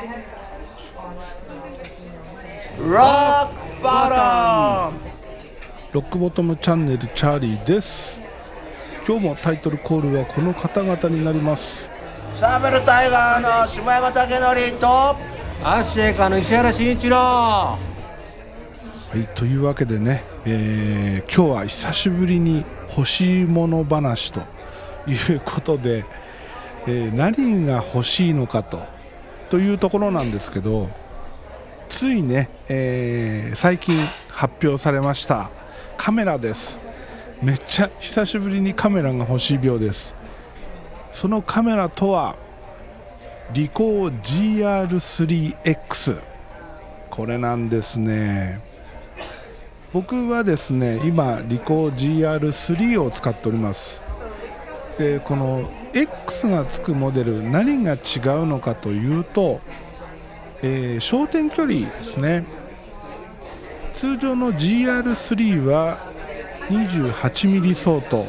ロックボトム。 ロックボトムチャンネルチャーリーです。今日もタイトルコールはこの方々になります。 サーベルタイガーの下山武則とアッシェイカーの石原慎一郎。 はい、というわけでね、今日は久しぶりに欲しいもの話ということで、何が欲しいのかというところなんですけど、ついね、最近発表されましたカメラです。めっちゃ久しぶりにカメラが欲しい病です。そのカメラとはリコー GR3X、 これなんですね。僕はですね今リコー GR3 を使っております。でこの X がつくモデル、何が違うのかというと、焦点距離ですね。通常の GR3 は 28mm 相当、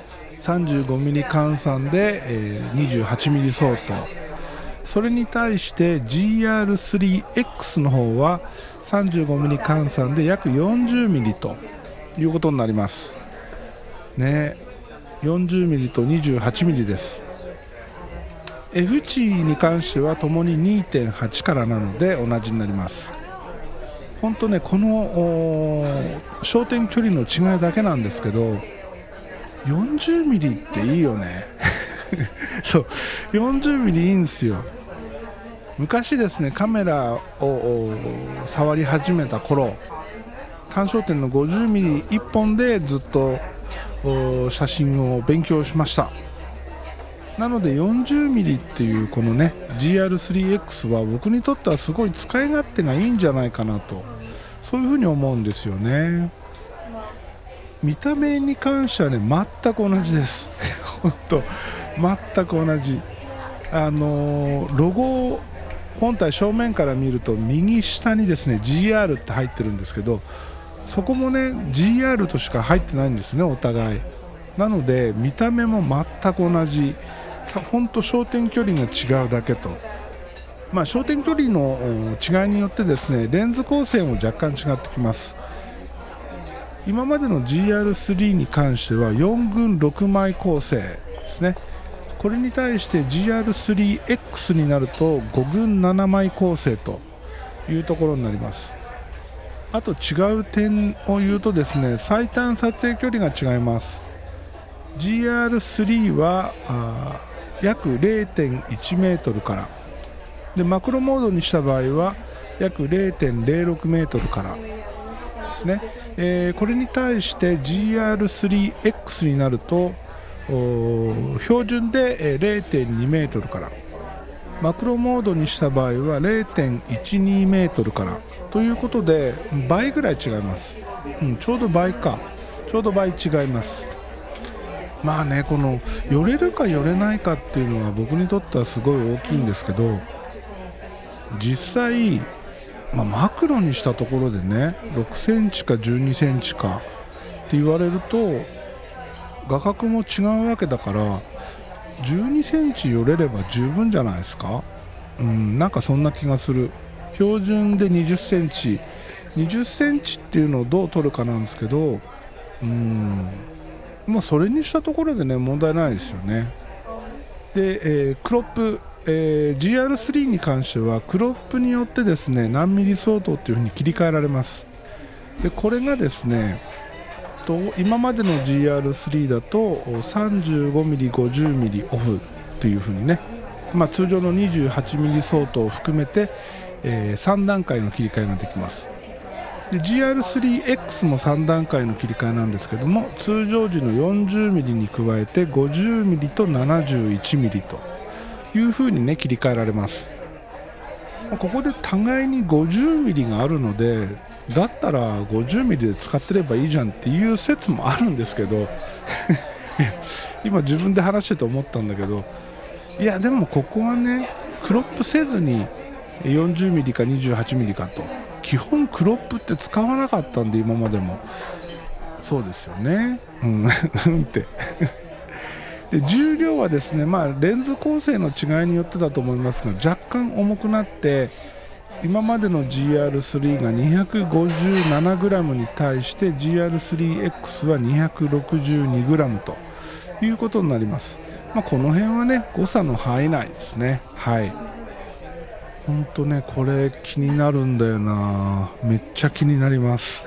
35mm 換算で、28mm 相当。それに対して GR3X の方は 35mm 換算で約 40mm ということになりますね。 40mm と 28mm です。 F 値に関してはともに 2.8 からなので同じになります。本当ね、この焦点距離の違いだけなんですけど、 40mm っていいよねそう 40mm いいんですよ。昔ですね、カメラを触り始めた頃、単焦点の 50mm 1本でずっと写真を勉強しました。なので 40mm っていうこのね GR3X は僕にとってはすごい使い勝手がいいんじゃないかなと、そういうふうに思うんですよね。見た目に関してはね全く同じです本当全く同じ。ロゴ本体正面から見ると右下にですね GR って入ってるんですけど、そこもね GR としか入ってないんですね、お互い。なので見た目も全く同じ、本当焦点距離が違うだけと。焦点距離の違いによってですねレンズ構成も若干違ってきます。今までの GR3 に関しては4群6枚構成ですね。これに対して GR3X になると5群7枚構成というところになります。あと違う点を言うとですね、最短撮影距離が違います。 GR3 は約 0.1 メートルからで、マクロモードにした場合は約 0.06 メートルからですね。これに対して GR3X になると標準で 0.2 メートルから、マクロモードにした場合は 0.12 メートルからということで倍ぐらい違います。ちょうど倍か、ちょうど倍違います。まあね、この寄れるか寄れないかっていうのは僕にとってはすごい大きいんですけど、実際、マクロにしたところでね6センチか12センチかって言われると画角も違うわけだから12センチ寄れれば十分じゃないですか。なんかそんな気がする。標準で20センチ20センチっていうのをどう取るかなんですけど、それにしたところでね問題ないですよね。で、クロップ、GR3 に関してはクロップによってですね何ミリ相当っていう風に切り替えられます。でこれがですね今までの GR3 だと 35mm、50mm オフっていう風にね、通常の 28mm 相当を含めて、3段階の切り替えができます。で GR3X も3段階の切り替えなんですけども、通常時の 40mm に加えて 50mm と 71mm という風にね切り替えられます。ここで互いに 50mm があるので、だったら 50mm で使ってればいいじゃんっていう説もあるんですけど今自分で話してて思ったんだけど、いやでもここはねクロップせずに 40mm か 28mm かと、基本クロップって使わなかったんで今までもそうですよねってで重量はですね、レンズ構成の違いによってだと思いますが若干重くなって、今までの GR3 が 257g に対して GR3X は 262g ということになります。この辺はね誤差の範囲内ですね。はい、本当ねこれ気になるんだよな、めっちゃ気になります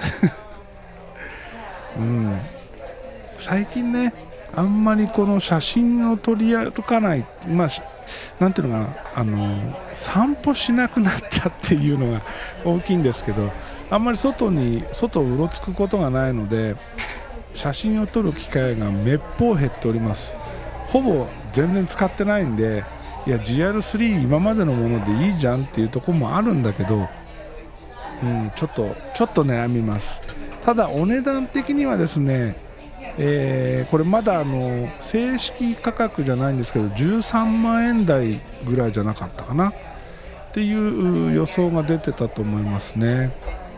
最近ねあんまりこの写真を撮り歩かない、なんていうのかな、散歩しなくなったっていうのが大きいんですけど、あんまり外をうろつくことがないので写真を撮る機会がめっぽう減っております。ほぼ全然使ってないんで、いや GR3 今までのものでいいじゃんっていうところもあるんだけど、ちょっと悩みます。ただお値段的にはですね、これまだ正式価格じゃないんですけど13万円台ぐらいじゃなかったかなっていう予想が出てたと思いますね。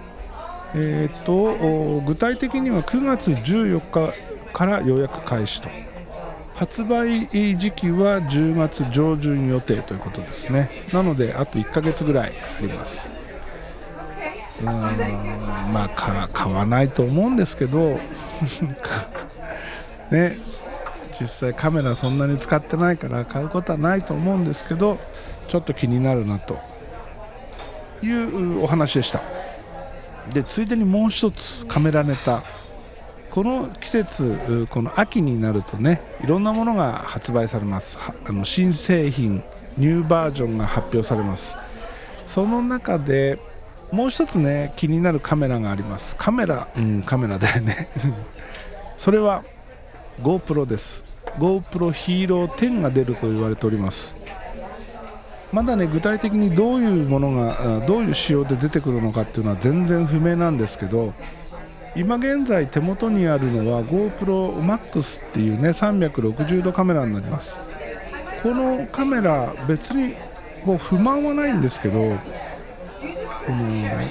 具体的には9月14日から予約開始と、発売時期は10月上旬予定ということですね。なのであと1ヶ月ぐらいあります。買わないと思うんですけどね、実際カメラそんなに使ってないから買うことはないと思うんですけど、ちょっと気になるなというお話でした。でついでにもう一つカメラネタ、この季節この秋になるとねいろんなものが発売されます。新製品ニューバージョンが発表されます。その中でもう一つね気になるカメラがあります。カメラだよねそれは GoPro です。 GoPro Hero 10が出ると言われております。まだね具体的にどういうものがどういう仕様で出てくるのかっていうのは全然不明なんですけど、今現在手元にあるのは GoPro Max っていうね360度カメラになります。このカメラ別に不満はないんですけど、この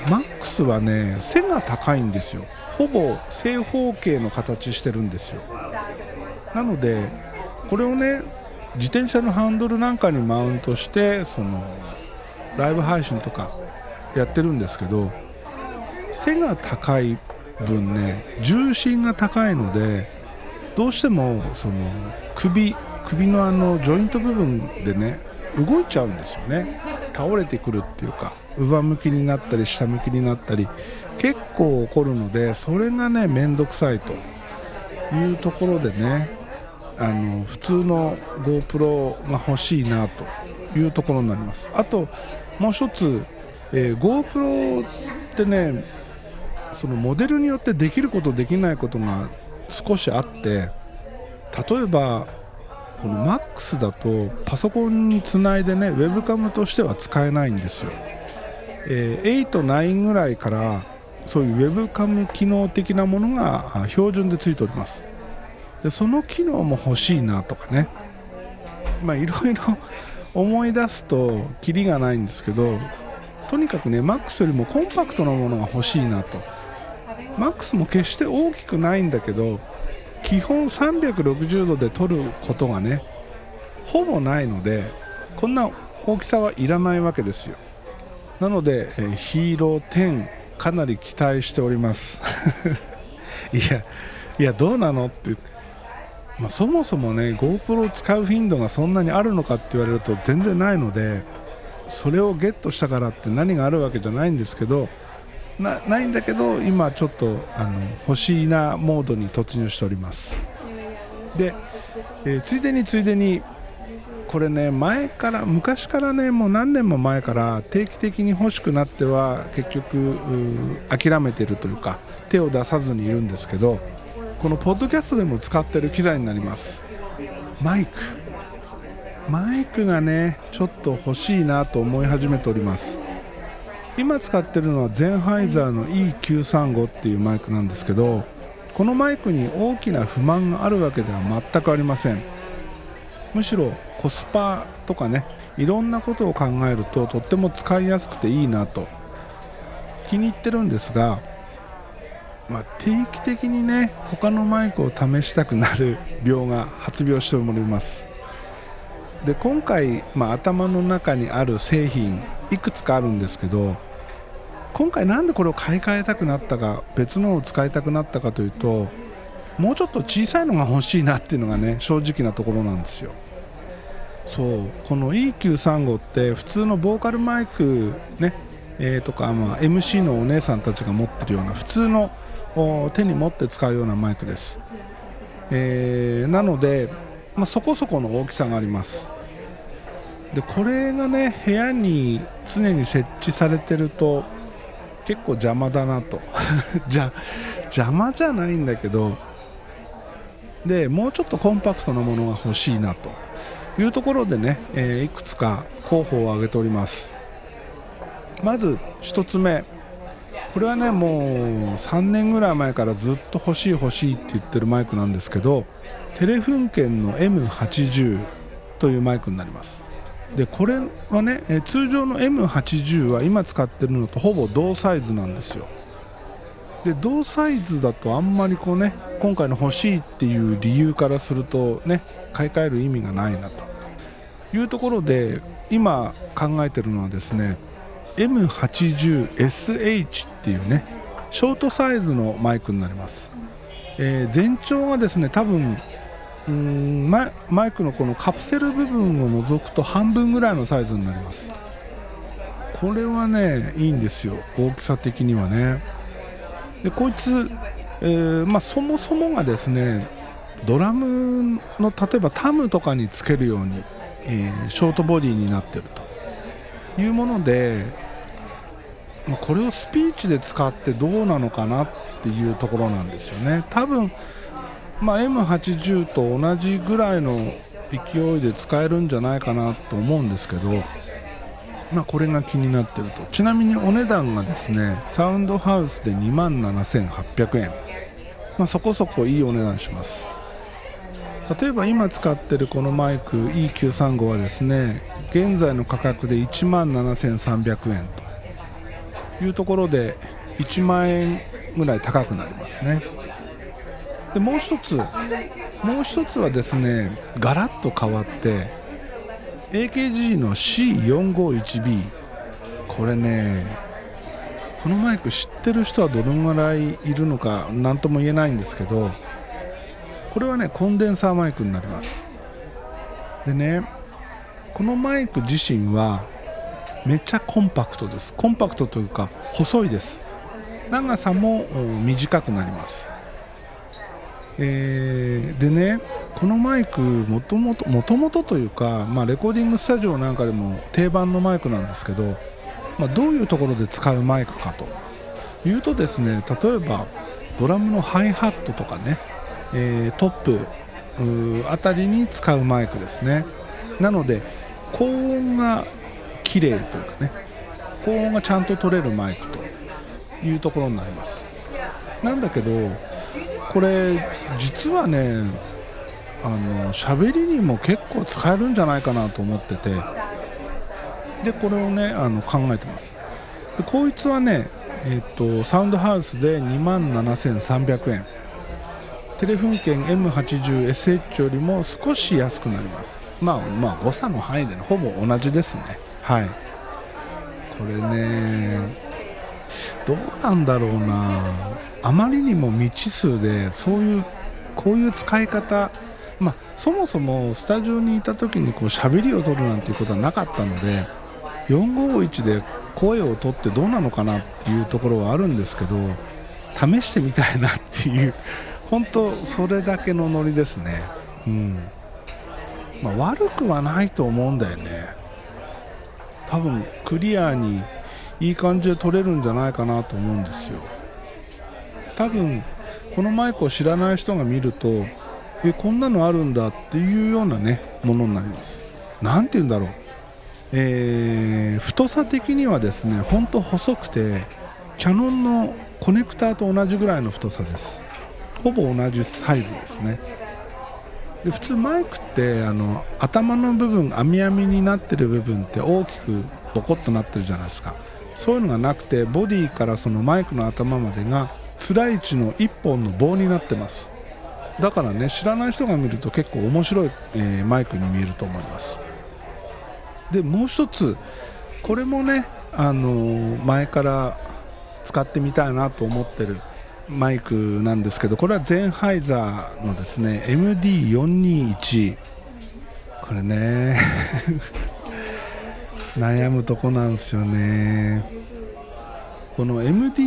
Max はね背が高いんですよ。ほぼ正方形の形してるんですよ。なのでこれをね自転車のハンドルなんかにマウントしてライブ配信とかやってるんですけど、背が高い分ね重心が高いのでどうしても首のジョイント部分でね動いちゃうんですよね。倒れてくるっていうか上向きになったり下向きになったり結構起こるので、それがねめんどくさいというところでね普通の GoPro が欲しいなというところになります。あともう一つ、GoPro ってねモデルによってできることできないことが少しあって、例えばこの MAX だとパソコンにつないでねウェブカムとしては使えないんですよ。8、9ぐらいからそういうウェブカム機能的なものが標準でついております。でその機能も欲しいなとかね、いろいろ思い出すとキリがないんですけど、とにかくね MAX よりもコンパクトなものが欲しいなと。 MAX も決して大きくないんだけど基本360度で撮ることがねほぼないので、こんな大きさはいらないわけですよ。なので、ヒーロー10かなり期待しておりますいやどうなのって、そもそもね GoPro を使う頻度がそんなにあるのかって言われると全然ないので、それをゲットしたからって何があるわけじゃないんですけど、ないんだけど今ちょっと欲しいなモードに突入しております。で、ついでにこれね昔からねもう何年も前から定期的に欲しくなっては結局諦めているというか手を出さずにいるんですけど、このポッドキャストでも使っている機材になります。マイクがねちょっと欲しいなと思い始めております。今使っているのはゼンハイザーの E935 っていうマイクなんですけど、このマイクに大きな不満があるわけでは全くありません。むしろコスパとかねいろんなことを考えるととっても使いやすくていいなと気に入ってるんですが、 定期的にね他のマイクを試したくなる病が発病しております。で今回、頭の中にある製品いくつかあるんですけど、今回なんでこれを買い替えたくなったか、別のを使いたくなったかというと、もうちょっと小さいのが欲しいなっていうのがね正直なところなんですよ。そうこの EQ35 って普通のボーカルマイクね、とか、MC のお姉さんたちが持ってるような普通の手に持って使うようなマイクです。なので、そこそこの大きさがあります。でこれがね部屋に常に設置されてると結構邪魔だなと邪魔じゃないんだけど、でもうちょっとコンパクトなものが欲しいなというところでね、いくつか候補を挙げております。まず1つ目、これはねもう3年ぐらい前からずっと欲しいって言ってるマイクなんですけど、テレフンケンの M80 というマイクになります。でこれはね、通常の M80 は今使ってるのとほぼ同サイズなんですよ。で同サイズだとあんまりこうね今回の欲しいっていう理由からするとね買い替える意味がないなというところで、今考えてるのはですね M80SH っていうねショートサイズのマイクになります。全長がですね多分マイクのこのカプセル部分を除くと半分ぐらいのサイズになります。これはねいいんですよ、大きさ的にはね。でこいつ、そもそもがですねドラムの例えばタムとかにつけるように、ショートボディになっているというもので、これをスピーチで使ってどうなのかなっていうところなんですよね。多分M80 と同じぐらいの勢いで使えるんじゃないかなと思うんですけど、これが気になっていると。ちなみにお値段がですねサウンドハウスで 27,800 円、そこそこいいお値段します。例えば今使っているこのマイク EQ35 はですね現在の価格で 17,300 円というところで1万円ぐらい高くなりますね。でもう一つはですねガラッと変わって AKG の C451B、 これねこのマイク知ってる人はどのぐらいいるのか何とも言えないんですけど、これはねコンデンサーマイクになります。でねこのマイク自身はめっちゃコンパクトです。コンパクトというか細いです。長さも短くなります。でねこのマイクもともとというか、レコーディングスタジオなんかでも定番のマイクなんですけど、どういうところで使うマイクかというとですね、例えばドラムのハイハットとかね、トップあたりに使うマイクですね。なので高音が綺麗というかね高音がちゃんと取れるマイクというところになります。なんだけどこれ実はね喋りにも結構使えるんじゃないかなと思ってて、でこれをね考えてます。でこいつはね、サウンドハウスで 27,300 円、テレフンケン M80SH よりも少し安くなります。誤差の範囲で、ね、ほぼ同じですね。はい、これねどうなんだろうな、あまりにも未知数でこういう使い方、そもそもスタジオにいた時に喋りを取るなんていうことはなかったので、451で声を取ってどうなのかなっていうところはあるんですけど、試してみたいなっていう本当それだけのノリですね。悪くはないと思うんだよね。多分クリアにいい感じで取れるんじゃないかなと思うんですよ。多分このマイクを知らない人が見るとこんなのあるんだっていうようなねものになります。なんて言うんだろう、太さ的にはですねほんと細くてキャノンのコネクターと同じぐらいの太さです。ほぼ同じサイズですね。で普通マイクって頭の部分網網になってる部分って大きくボコッとなってるじゃないですか。そういうのがなくてボディからそのマイクの頭までがつらい位置の1本の棒になってます。だからね、知らない人が見ると結構面白い、マイクに見えると思います。でもう一つ、これもね、前から使ってみたいなと思ってるマイクなんですけど、これはゼンハイザーのですね MD421。 これね悩むとこなんですよね。この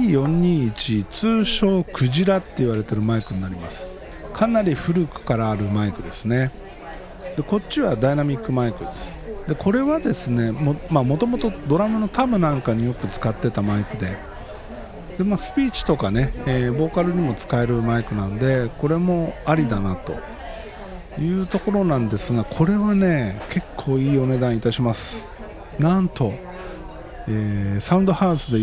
MD421 通称クジラって言われてるマイクになります。かなり古くからあるマイクですね。でこっちはダイナミックマイクです。でこれはですねもともとドラムのタムなんかによく使ってたマイクで、スピーチとかね、ボーカルにも使えるマイクなんで、これもありだなというところなんですが、これはね結構いいお値段いたします。なんと、サウンドハウスで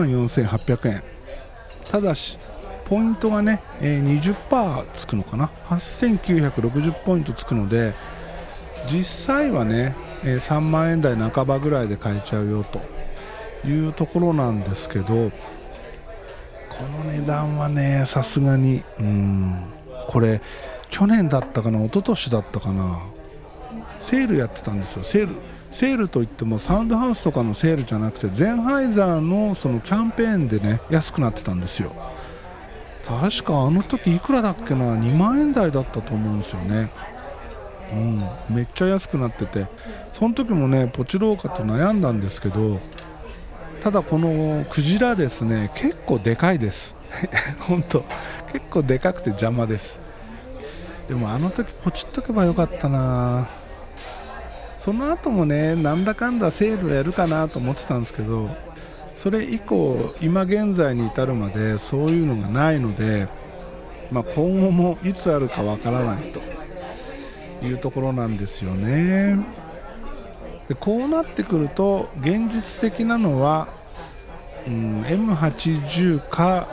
44,800円。ただしポイントがね、20% つくのかな、8,960ポイントつくので、実際はね、3万円台半ばぐらいで買えちゃうよというところなんですけど、この値段はねさすがにこれ去年だったかな、一昨年だったかな、セールやってたんですよ。セールといってもサウンドハウスとかのセールじゃなくて、ゼンハイザーのそのキャンペーンでね安くなってたんですよ。確かあの時いくらだっけな、2万円台だったと思うんですよね。めっちゃ安くなってて、その時もねポチろうかと悩んだんですけど、ただこのクジラですね結構でかいです本当結構でかくて邪魔です。でもあの時ポチっとけばよかったな。その後もねなんだかんだセールやるかなと思ってたんですけど、それ以降今現在に至るまでそういうのがないので、今後もいつあるかわからないというところなんですよね。でこうなってくると現実的なのは、M80 か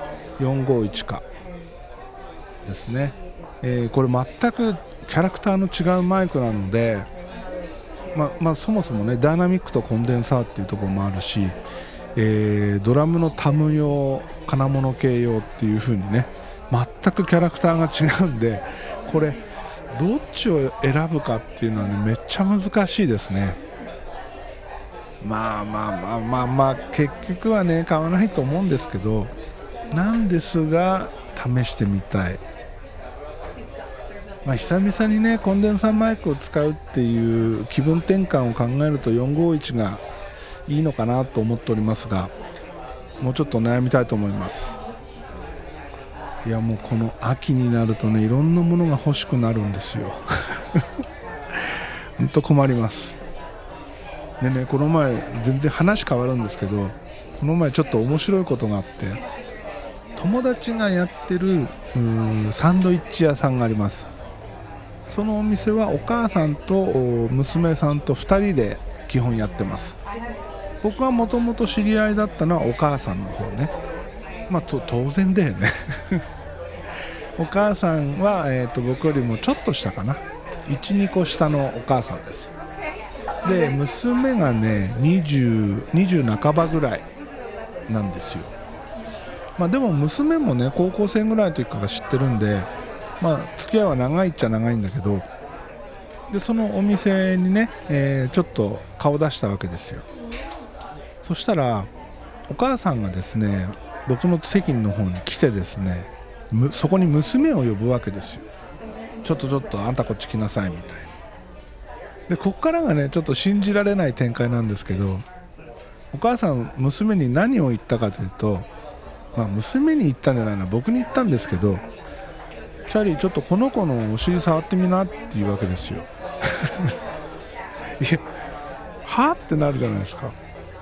451かですね。これ全くキャラクターの違うマイクなので、そもそもねダイナミックとコンデンサーっていうところもあるし、ドラムのタム用金物系用っていう風にね全くキャラクターが違うんで、これどっちを選ぶかっていうのはねめっちゃ難しいですね。結局はね買わないと思うんですけど、なんですが試してみたい。久々にねコンデンサーマイクを使うっていう気分転換を考えると451がいいのかなと思っておりますが、もうちょっと悩みたいと思います。いやもうこの秋になるとねいろんなものが欲しくなるんですよ本当困ります。でね、この前全然話変わるんですけど、この前ちょっと面白いことがあって、友達がやってるサンドイッチ屋さんがあります。そのお店はお母さんと娘さんと2人で基本やってます。僕はもともと知り合いだったのはお母さんの方ね。当然だよねお母さんは、僕よりもちょっと下かな、 1,2 個下のお母さんです。で娘がね20半ばぐらいなんですよ。でも娘もね高校生ぐらいの時から知ってるんで、付き合いは長いっちゃ長いんだけど、でそのお店にね、ちょっと顔出したわけですよ。そしたらお母さんがですね僕の席の方に来てですね、そこに娘を呼ぶわけですよ。ちょっとあんたこっち来なさいみたいな。でこっからがねちょっと信じられない展開なんですけど、お母さん娘に何を言ったかというと、娘に言ったんじゃないな、僕に言ったんですけど、チャーリーちょっとこの子のお尻触ってみなっていうわけですよいやはってなるじゃないですか。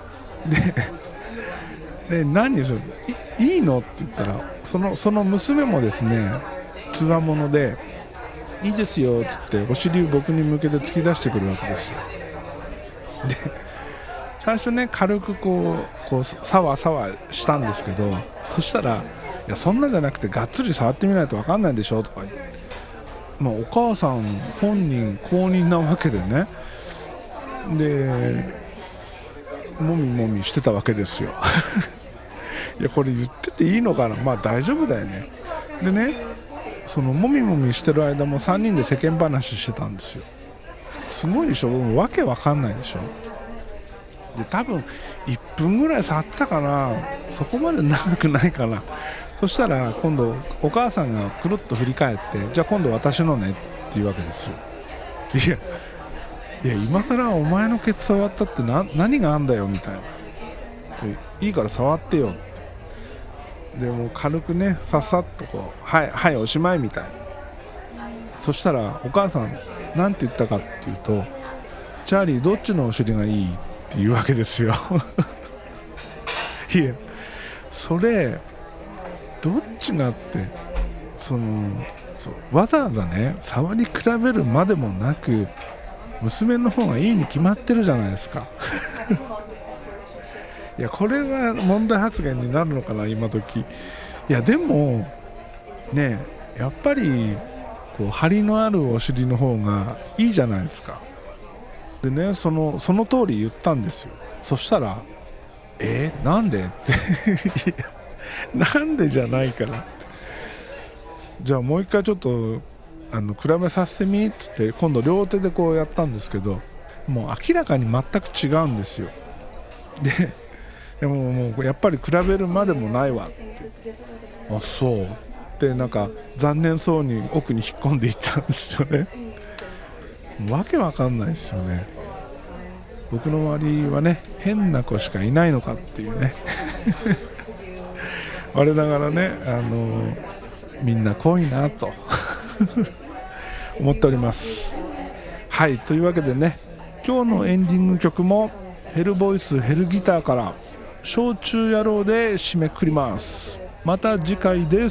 で何それ いいのって言ったら、その娘もですねつわもので、いいですよっつってお尻を僕に向けて突き出してくるわけですよ。で最初ね軽くこうサワしたんですけど、そしたらいやそんなんじゃなくてがっつり触ってみないと分かんないでしょとか言って、お母さん本人公認なわけでね、でもみもみしてたわけですよいやこれ言ってていいのかな、まあ大丈夫だよね。でね、そのもみもみしてる間も3人で世間話してたんですよ。すごいでしょ、もうわけわかんないでしょ。で多分1分ぐらい触ってたかな、そこまで長くないかな。そしたら今度お母さんがくるっと振り返って、じゃあ今度私のねっていうわけですよ。いや今更お前のケツ触ったって何があんだよみたいな。いいから触ってよって。でもう軽くねさっさっとこうはいはいおしまいみたいな。そしたらお母さんなんて言ったかっていうと、チャーリーどっちのお尻がいいっていうわけですよ。いやそれどっちがってそうわざわざね触り比べるまでもなく娘の方がいいに決まってるじゃないですか。いやこれは問題発言になるのかな今時。いやでもねやっぱりこう張りのあるお尻の方がいいじゃないですか。でねその通り言ったんですよ。そしたらなんでっていやなんでじゃないからって、じゃあもう一回ちょっと比べさせてみっつって今度両手でこうやったんですけど、もう明らかに全く違うんですよ。でももうやっぱり比べるまでもないわって、あそうってなんか残念そうに奥に引っ込んでいったんですよね。わけわかんないですよね。僕の周りはね変な子しかいないのかっていうね我ながらねみんな濃いなと思っております。はい、というわけでね今日のエンディング曲もヘルボイスヘルギターから焼酎野郎で締めくくります。また次回です。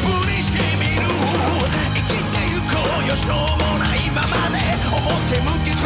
しょうもないままで表向き